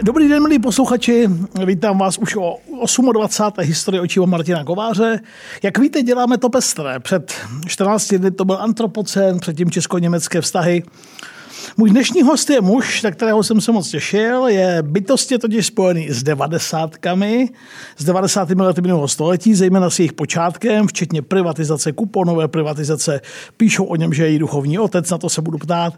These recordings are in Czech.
Dobrý den, milí posluchači, vítám vás už o 28. historii očí Martina Kováře. Jak víte, děláme to pestré. Před 14 dny to byl antropocén, předtím česko-německé vztahy. Můj dnešní host je muž, na kterého jsem se moc těšil, je bytostně totiž spojený s 90kami, s 90. lety minulého století, zejména s jejich počátkem, včetně privatizace, kuponové privatizace. Píšou o něm, že je její duchovní otec, na to se budu ptát.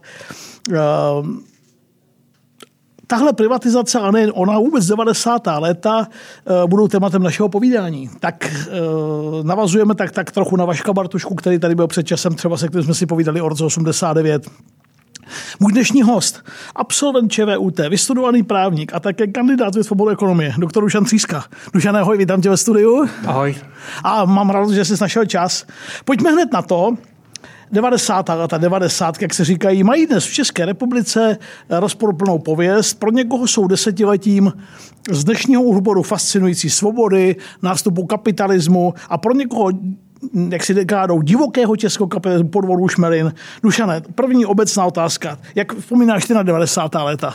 Tahle privatizace, a nejen ona, vůbec 90. léta budou tématem našeho povídání. Tak navazujeme tak trochu na Vaška Bartušku, který tady byl před časem, třeba se kterým jsme si povídali o roce 89. Můj dnešní host, absolvent ČVUT, vystudovaný právník a také kandidát ve svobodu ekonomie, doktor Dušan Tříska. Dušan, ahoj, vítám tě ve studiu. Ahoj. A mám radost, že jsi našel čas. Pojďme hned na to. 90. leta, 90, jak se říkají, mají dnes v České republice rozporuplnou pověst. Pro někoho jsou desetiletím z dnešního úhlu fascinující svobody, nástupu kapitalismu a pro někoho, jak si dekádou, divokého českého kapitalismu, podvodů, šmelin. Dušane, první obecná otázka. Jak vzpomínáš ty na 90. léta?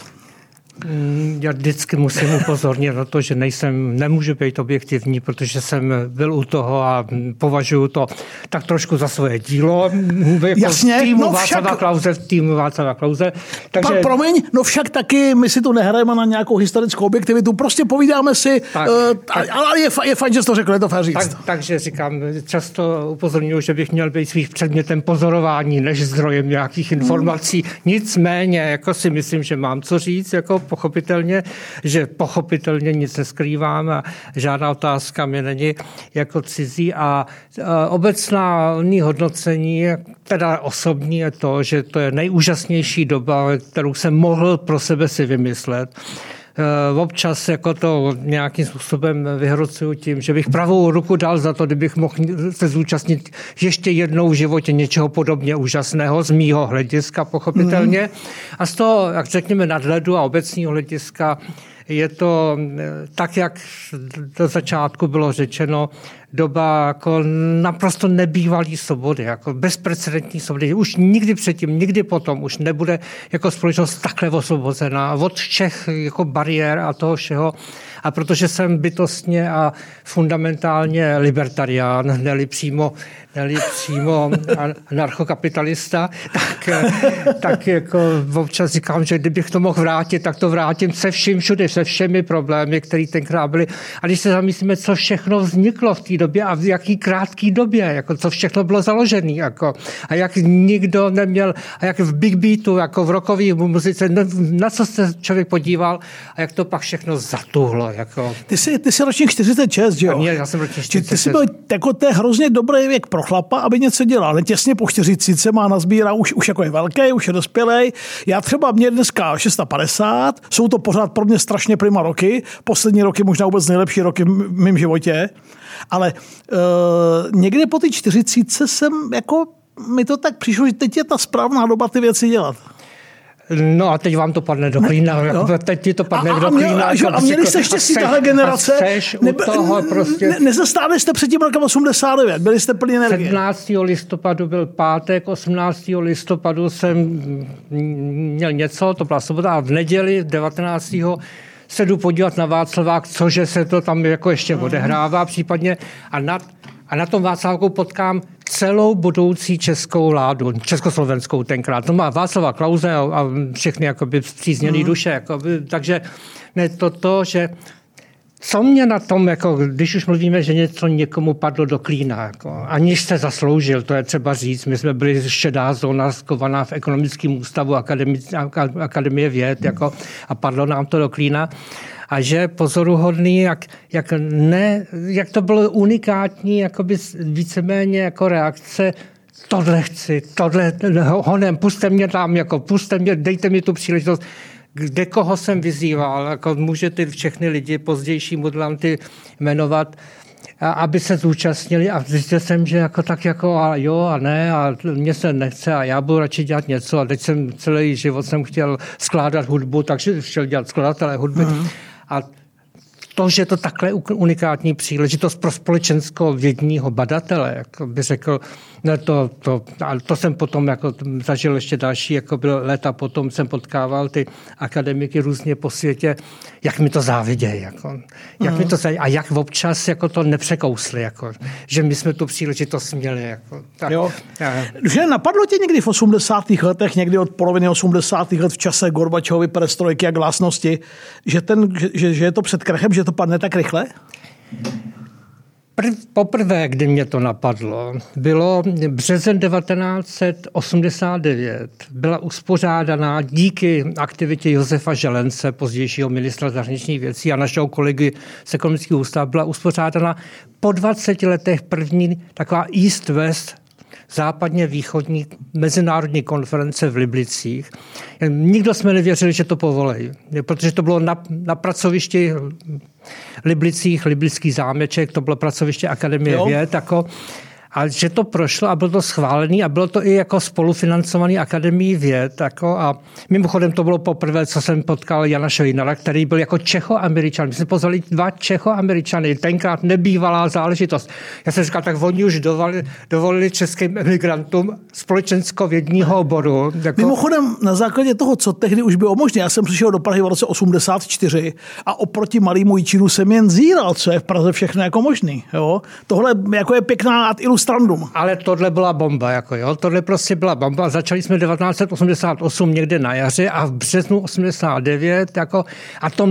Já vždycky musím upozornit na to, že nemůžu být objektivní, protože jsem byl u toho a považuji to tak trošku za svoje dílo. Jasně, týmu Václava Klause. Takže... Promiň, no však taky my si tu nehrajeme na nějakou historickou objektivitu, prostě povídáme si, ale je fajn, že jsi to řekl, je to fér říct. Takže říkám, často upozorňuji, že bych měl být svých předmětem pozorování, než zdrojem nějakých informací. Nicméně, jako si myslím, že mám co říct, jako pochopitelně nic neskrývám a žádná otázka mi není jako cizí a obecná hodnocení, teda osobní, je to, že to je nejúžasnější doba, kterou jsem mohl pro sebe si vymyslet. Občas jako to nějakým způsobem vyhrocuju tím, že bych pravou ruku dal za to, kdybych mohl se zúčastnit ještě jednou v životě něčeho podobně úžasného z mýho hlediska pochopitelně. A z toho, jak řekněme, nadhledu a obecního hlediska je to tak, jak do začátku bylo řečeno, doba jako naprosto nebývalý svobody, jako bezprecedentní svobody. Už nikdy předtím, nikdy potom už nebude jako společnost takhle osvobozená od všech jako bariér a toho všeho. A protože jsem bytostně a fundamentálně libertarián, neli přímo anarchokapitalista, tak jako občas říkám, že kdybych to mohl vrátit, tak to vrátím se vším všude, se všemi problémy, které tenkrát byly. A když se zamyslíme, co všechno vzniklo v té době a v jaký krátký době, jako co všechno bylo založené, jako, a jak nikdo neměl, a jak v Big Beatu, jako v rockové muzice, na co se člověk podíval a jak to pak všechno zatuhlo. Jako. Ty jsi ročník 46, že jo? Já jsem ročník 46. Ty jsi byl jako to je hrozně dobrý věk pro chlapa, aby něco dělal. Ne těsně po 40 má nazbírá, už jako je velký, už je dospělej. Já třeba mě dneska 650, jsou to pořád pro mě strašně prima roky, poslední roky možná vůbec nejlepší roky v mém životě, ale někde po ty 40 jsem jako, mi to tak přišlo, že teď je ta správná doba ty věci dělat. No a teď vám to padne do klína. Teď ti to padne do klína. A měli jste štěstí tahle generace. Nezastáli jste před tím rokem 89. Byli jste plný energie. 17. listopadu byl pátek, 18. listopadu jsem měl něco, to byla sobota, a v neděli 19. se jdu podívat na Václavák, cože se to tam jako ještě odehrává případně a na tom Václaváku potkám celou budoucí českou vládu, československou tenkrát. To má Václava Klause a všechny jakoby zpřízněný duše. Jakoby, takže ne to, že co mě na tom, jako, když už mluvíme, že něco někomu padlo do klína, jako, aniž se zasloužil, to je třeba říct. My jsme byli šedá zóna skovaná v ekonomickém ústavu Akademie věd jako, a padlo nám to do klína. A že pozoruhodný, jak to bylo unikátní, jakoby víceméně jako reakce, tohle chci, tohle honem, puste mě tam, jako puste mě, dejte mi tu příležitost. Kde koho jsem vyzýval, jako můžete všechny lidi, pozdější modelanty jmenovat, aby se zúčastnili a zjistil jsem, že jako tak jako a jo a ne a mě se nechce a já budu radši dělat něco a teď celý život jsem chtěl skládat hudbu, takže chtěl dělat skladatele hudby. A to, že to takhle unikátní příležitost pro společensko-vědního badatele, jako by řekl, no to jsem potom jako zažil ještě další, jako byl léta potom jsem potkával ty akademiky různě po světě, jak mi to závidějí, jako, jak mi to závidějí a jak občas jako to nepřekousli, jako, že my jsme tu příležitost měli. Jako, tak, jo. Že napadlo tě někdy v 80. letech, někdy od poloviny 80. let v čase Gorbačovy perestrojky a glásnosti, že je to před krachem, že to padne tak rychle? Poprvé, kdy mě to napadlo, bylo březen 1989. Byla uspořádaná díky aktivitě Josefa Želence, pozdějšího ministra zahraničních věcí a našeho kolegy z ekonomického ústavu, byla uspořádána po 20 letech první taková East-West západně východní mezinárodní konference v Liblicích. Nikdo jsme nevěřili, že to povolejí, protože to bylo na pracovišti Liblicích, Liblický zámeček, to bylo pracoviště Akademie věd, a že to prošlo a bylo to schválený a bylo to i jako spolufinancovaný Akademií věd. Jako, a mimochodem to bylo poprvé, co jsem potkal Jana Švejnara, který byl jako Čechoameričan. My jsme pozvali 2 Čechoameričany, tenkrát nebývalá záležitost. Já jsem říkal, tak oni už dovolili českým emigrantům společensko-vědního oboru. Jako... Mimochodem na základě toho, co tehdy už bylo možné, já jsem přišel do Prahy v roce 84 a oproti malému Jičínu jsem jen zíral, co je v Praze všechno jako možný. Jo? Tohle jako je pěkná ad ilustrandum. Ale tohle byla bomba. Jako jo. Tohle prostě byla bomba. Začali jsme 1988 někde na jaře a v březnu 89 jako, a to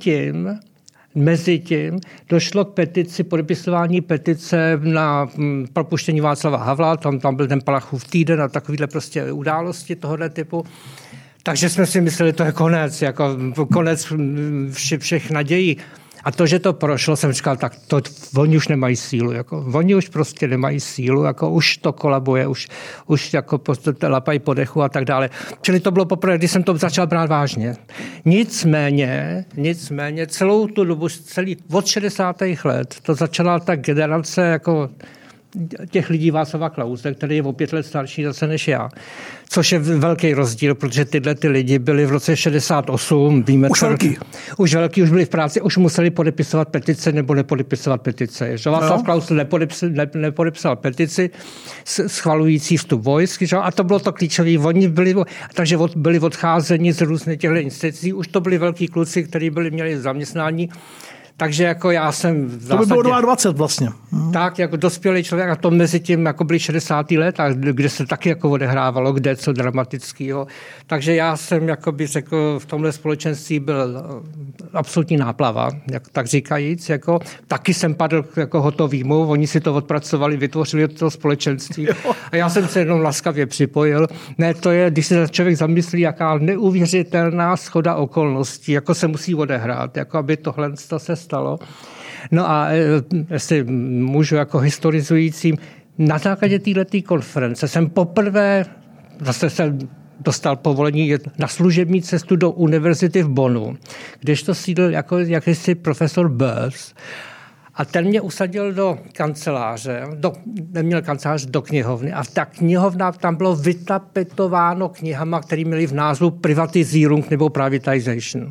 mezi tím došlo k petici, podepisování petice na propuštění Václava Havla, tam byl ten Palachův týden a takovýhle prostě události tohoto typu. Takže jsme si mysleli, to je konec, jako konec všech nadějí. A to, že to prošlo, jsem říkal, tak oni už nemají sílu. Jako, oni už prostě nemají sílu, jako, už to kolabuje, už jako lapají po dechu a tak dále. Čili to bylo poprvé, když jsem to začal brát vážně. Nicméně celou tu dobu, od 60. let, to začala ta generace jako těch lidí Václava Klause, který je o 5 let starší zase než já. Což je velký rozdíl, protože tyhle ty lidi byli v roce 68, víme, už velký byli v práci, už museli podepisovat petice nebo nepodepisovat petice. Václav Klaus nepodepsal petici schvalující vstup vojsk, a to bylo to klíčové. Oni byli odcházeni z různých těchto institucí, už to byli velký kluci, kteří měli zaměstnání. Takže jako já jsem v zásadě... To by bylo 22 vlastně. Tak, jako dospělý člověk a to mezi tím jako byly 60. let, a kde se taky jako odehrávalo, kde co dramatického. Takže já jsem, jako by řekl, v tomhle společenství byl absolutní náplava, tak říkajíc. Jako, taky jsem padl jako hotovýmu, oni si to odpracovali, vytvořili to společenství. A já jsem se jenom laskavě připojil. Ne, to je, když se člověk zamyslí, jaká neuvěřitelná shoda okolností, jako se musí odehrát, jako aby tohle se stalo. No a jestli můžu jako historizujícím, na základě této konference jsem poprvé zase jsem dostal povolení na služební cestu do univerzity v Bonnu, kdež to sídlil jako jakýsi profesor Börs. A ten mě usadil do kanceláře, neměl kancelář, do knihovny a ta knihovna, tam bylo vytapetováno knihama, které měly v názvu Privatizierung nebo Privatization.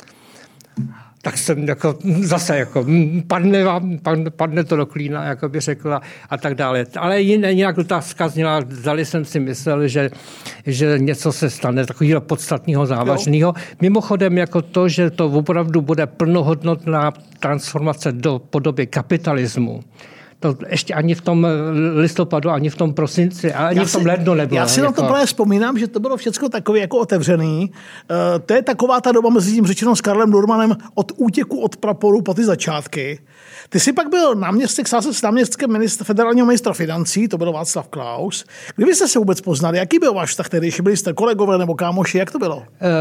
Tak jsem jako zase jako padne to do klína, jako by řekla a tak dále. Ale jinak otázka zněla, zdali jsem si myslel, že něco se stane takového podstatného, závažného. Mimochodem jako to, že to opravdu bude plnohodnotná transformace do podoby kapitalismu. To ještě ani v tom listopadu, ani v tom prosinci, ani v tom lednu nebylo. Já si na to právě vzpomínám, že to bylo všechno takové jako otevřený. To je taková ta doba mezi tím řečeno s Karlem Nurmanem od útěku od praporu po ty začátky. Ty jsi pak byl náměstek, stál se s náměstkem federálního ministra financí, to byl Václav Klaus. Kdyby jste se vůbec poznali, jaký byl váš vztah tedy? Byli jste kolegové nebo kámoši, jak to bylo?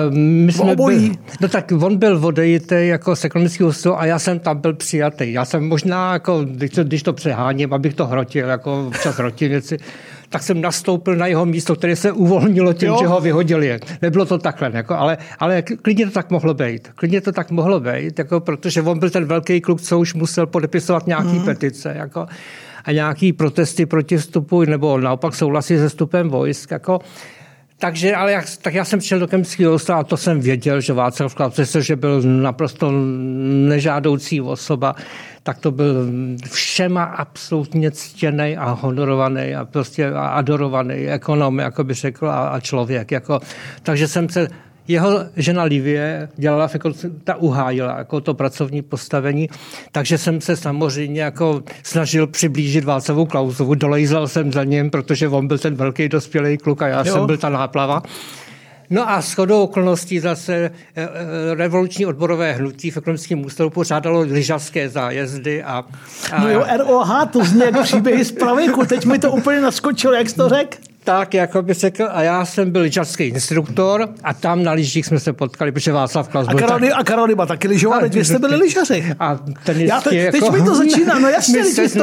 No tak on byl odejitý jako z ekonomického ústavu a já jsem tam byl přijatý. Já jsem možná, jako, když to přeháním, abych to hrotil, jako občas hrotil věci, tak jsem nastoupil na jeho místo, které se uvolnilo tím, že ho vyhodili. Nebylo to takhle, jako, ale klidně to tak mohlo být. Jako, protože on byl ten velký kluk, co už musel podepisovat nějaký petice jako, a nějaký protesty proti vstupu, nebo naopak souhlasí se vstupem vojsk. Jako. Takže, ale tak já jsem přišel do chemického ústavu a to jsem věděl, že Václav Klaus, že byl naprosto nežádoucí osoba, tak to byl všema absolutně ctěný a honorovaný a prostě adorovaný ekonom, jako by řekl, a člověk. Jako. Takže jsem se jeho žena Livie dělala, ta uhájila jako to pracovní postavení, takže jsem se samozřejmě jako snažil přiblížit Václavu Klausovu, dolejzal jsem za ním, protože on byl ten velký dospělý kluk a já jsem byl ta náplava. No a shodou okolností zase revoluční odborové hnutí v ekonomickém ústavu pořádalo lyžařské zájezdy a no jo, ROH, to zní jak příběhy z pravěku, teď mi to úplně naskočilo, jak jsi to řekl? Tak, jako by řekl, a já jsem byl lyžařský instruktor a tam na lyžích jsme se potkali, protože Václav Klaus byl a Karol Ryba taky lyžoval, teď vy jste byli lyžaři. A teď mi to začíná, no jasně,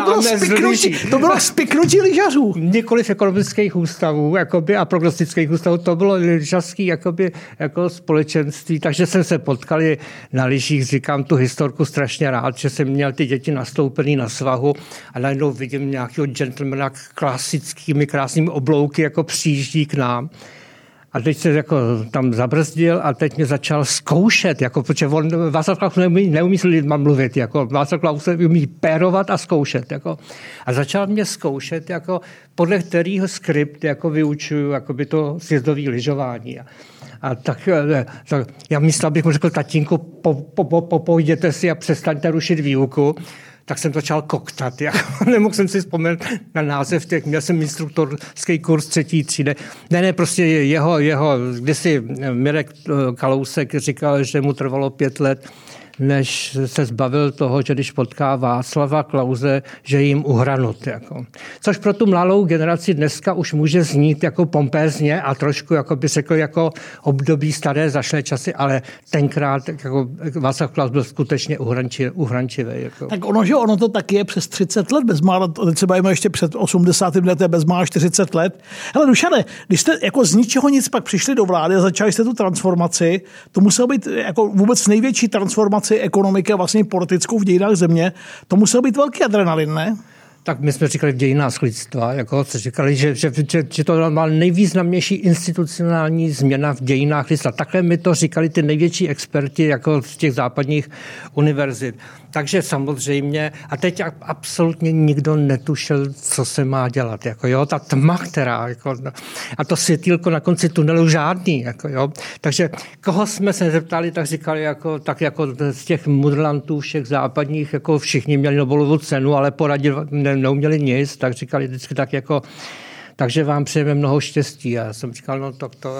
to bylo spiknutí lyžařů. Nikoliv ekonomických ústavů jakoby, a prognostických ústavů, to bylo lyžařský jakoby, jako společenství, takže jsem se potkali na lyžích, říkám tu historku strašně rád, že jsem měl ty děti nastoupený na svahu a najednou vidím nějakého gentlemana klasickými krásnými oblouky, jako přijíždí k nám. A teď se jako tam zabrzdil a teď mě začal zkoušet, jako, protože Václav Klaus neumí s lidma mluvit, jako, Václav Klaus umí pérovat a zkoušet. Jako, a začal mě zkoušet, jako, podle kterého skript jako, vyučuju jakoby to sjezdové lyžování. A tak já myslím, abych mu řekl, tatínku, pojděte si a přestaňte rušit výuku. Tak jsem začal koktat. Nemohl jsem si vzpomenout na název těch. Měl jsem instruktorský kurz 3. třídy. Ne, prostě jeho kdysi Mirek Kalousek říkal, že mu trvalo 5 let, než se zbavil toho, že když potká Václava Klause, že jim uhranut. Jako. Což pro tu mladou generaci dneska už může znít jako pompézně a trošku, jako by řekl, jako období staré zašlé časy, ale tenkrát jako Václav Klaus byl skutečně uhrančivý. Jako. Tak ono to taky je přes 30 let, bezmála, teď se bavíme ještě před 80. letem, bezmála 40 let. Hele, Dušane, když jste jako z ničeho nic pak přišli do vlády a začali jste tu transformaci, to muselo být jako vůbec největší transformace ekonomiky a vlastně politickou v dějinách země, to musel být velký adrenalin, ne? Tak my jsme říkali v dějinách lidstva, jako říkali, že to byla nejvýznamnější institucionální změna v dějinách lidstva. Takhle mi to říkali ty největší experti jako z těch západních univerzit. Takže samozřejmě, a teď absolutně nikdo netušil, co se má dělat. Jako, jo, ta tma, která, jako, a to světýlko na konci tunelu žádný. Jako, jo. Takže koho jsme se zeptali, tak říkali, tak jako z těch mudrlantů všech západních, jako všichni měli Nobelovu cenu, ale poradit neuměli nic, tak říkali vždycky tak jako takže vám přejeme mnoho štěstí. A já jsem říkal, no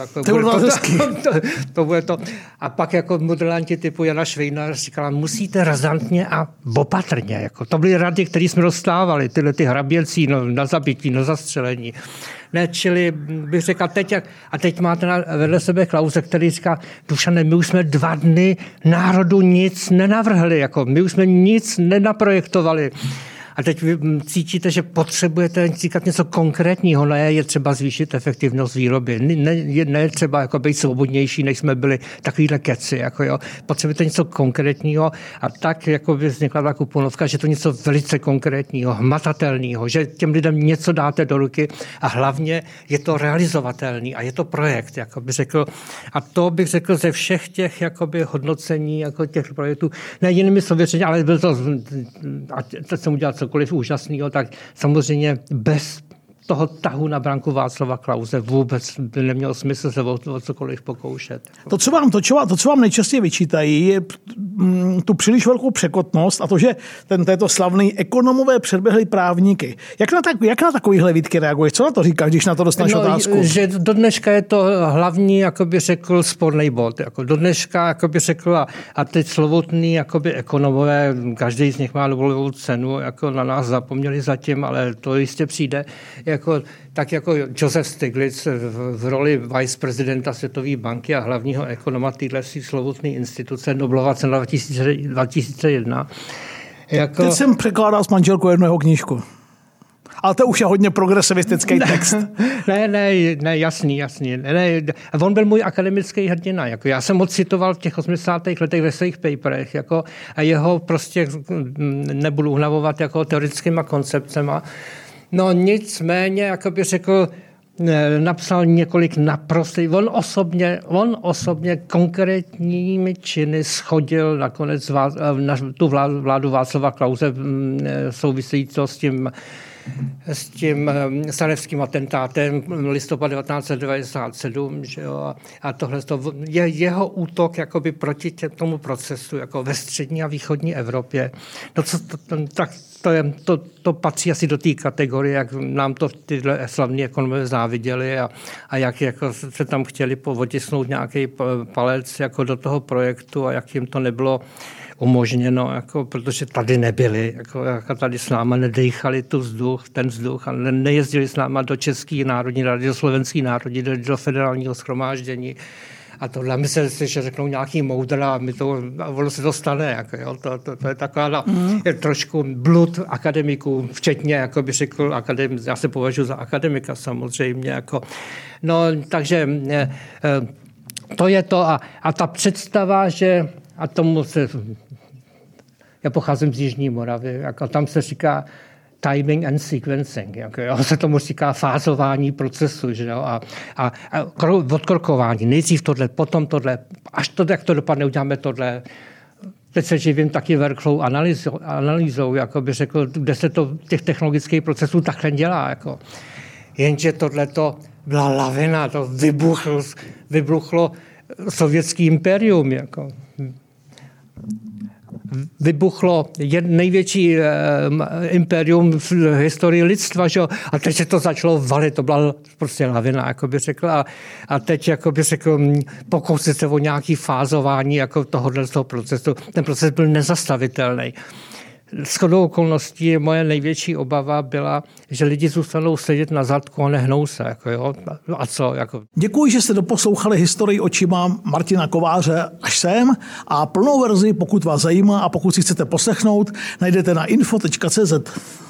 to bude to. A pak jako modelanti typu Jana Švejna říkala, musíte razantně a opatrně. Jako. To byly rady, které jsme dostávali, tyhle ty hraběcí na zabití, na zastřelení. Ne, čili bych řekl, teď máte vedle sebe Klause, který říká, Dušane, my už jsme 2 dny národu nic nenavrhli, jako, my už jsme nic nenaprojektovali. A teď vy cítíte, že potřebujete říkat něco konkrétního, ne je třeba zvýšit efektivnost výroby, ne třeba jako být svobodnější, než jsme byli takovýhle keci. Jako jo. Potřebujete něco konkrétního a tak jako by vznikla ta kuponovka, že to něco velice konkrétního, hmatatelného, že těm lidem něco dáte do ruky a hlavně je to realizovatelný a je to projekt, jako by řekl. A to bych řekl ze všech těch jakoby hodnocení jako těch projektů, ne jinými slovy, ale byl to, a teď jsem udělal cokoliv úžasného, tak samozřejmě bez toho tahu na branku Václava Klause vůbec by nemělo smysl se o cokoliv pokoušet. To, co vám nejčastěji vyčítají, je tu příliš velkou překotnost a to, že této slavný ekonomové předběhli právníky. Jak na takovýhle výtky reaguješ? Co na to říkáš, když na to dostaneš otázku? Že do dneška je to hlavní, jako by řekl, sporný bod. Jako do dneška, jako by řekl, a teď slovutný, jako by ekonomové, každý z nich má Nobelovu cenu, jako na nás zapomněli zatím, ale to jistě přijde. Tak jako Joseph Stiglitz v roli viceprezidenta Světové banky a hlavního ekonoma téhle slovutné instituce, Nobelova cena 2001. Teď jsem překládal s manželkou jednu jeho knížku. Ale to už je hodně progresivistický text. Ne, jasný. Ne, on byl můj akademický hrdina. Jako já jsem ho citoval v těch 80. letech ve svých paperech. Jako, a jeho prostě nebudu unavovat jako teoretickýma koncepcema. No nicméně, jako by řekl, napsal několik naprostých, on osobně konkrétními činy shodil nakonec tu vládu Václava Klause související s tím sarajevským atentátem listopad 1997, že jo, a tohle je jeho útok jakoby proti tomu procesu jako ve střední a východní Evropě. No to patří asi do té kategorie, jak nám to tyhle slavní ekonomové záviděli a jak jako se tam chtěli povotisnout nějaký palec jako do toho projektu a jak jim to nebylo umožněno, jako, protože tady nebyli, jako tady s náma nedejchali ten vzduch a nejezdili s náma do České národní rady, do Slovenské národní, do federálního shromáždění. A tohle myslím si, že řeknou nějaký moudr a ono se to stane. Jako, jo, to je taková trošku blud akademiků, včetně, jako by řekl akademik, já se považuji za akademika samozřejmě. Jako, no, takže to je to a ta představa, že a tomu já pocházím z Jižní Moravy, jako tam se říká timing and sequencing, jako jo, se tomu říká fázování procesu, že jo, a odkrokování. Nejdřív tohle, potom tohle, až to, jak to dopadne, uděláme tohle. Teď se živím taky workflow analýzou, jako by řekl, kde se to těch technologických procesů takhle dělá, jako. Jenže tohleto byla lavina, to vybuchlo sovětský impérium, jako. Vybuchlo největší impérium v historii lidstva, že? A teď se to začalo valit, to byla prostě lavina, jako by řekl. A teď jako by řekl, pokusit se o nějaké fázování jako tohoto procesu. Ten proces byl nezastavitelný. Shodou okolností moje největší obava byla, že lidi zůstanou sedět na zadku a nehnou se. Jako jo? A co? Jako... Děkuji, že jste doposlouchali historii očima Martina Kováře až sem a plnou verzi, pokud vás zajímá a pokud si chcete poslechnout, najdete na info.cz.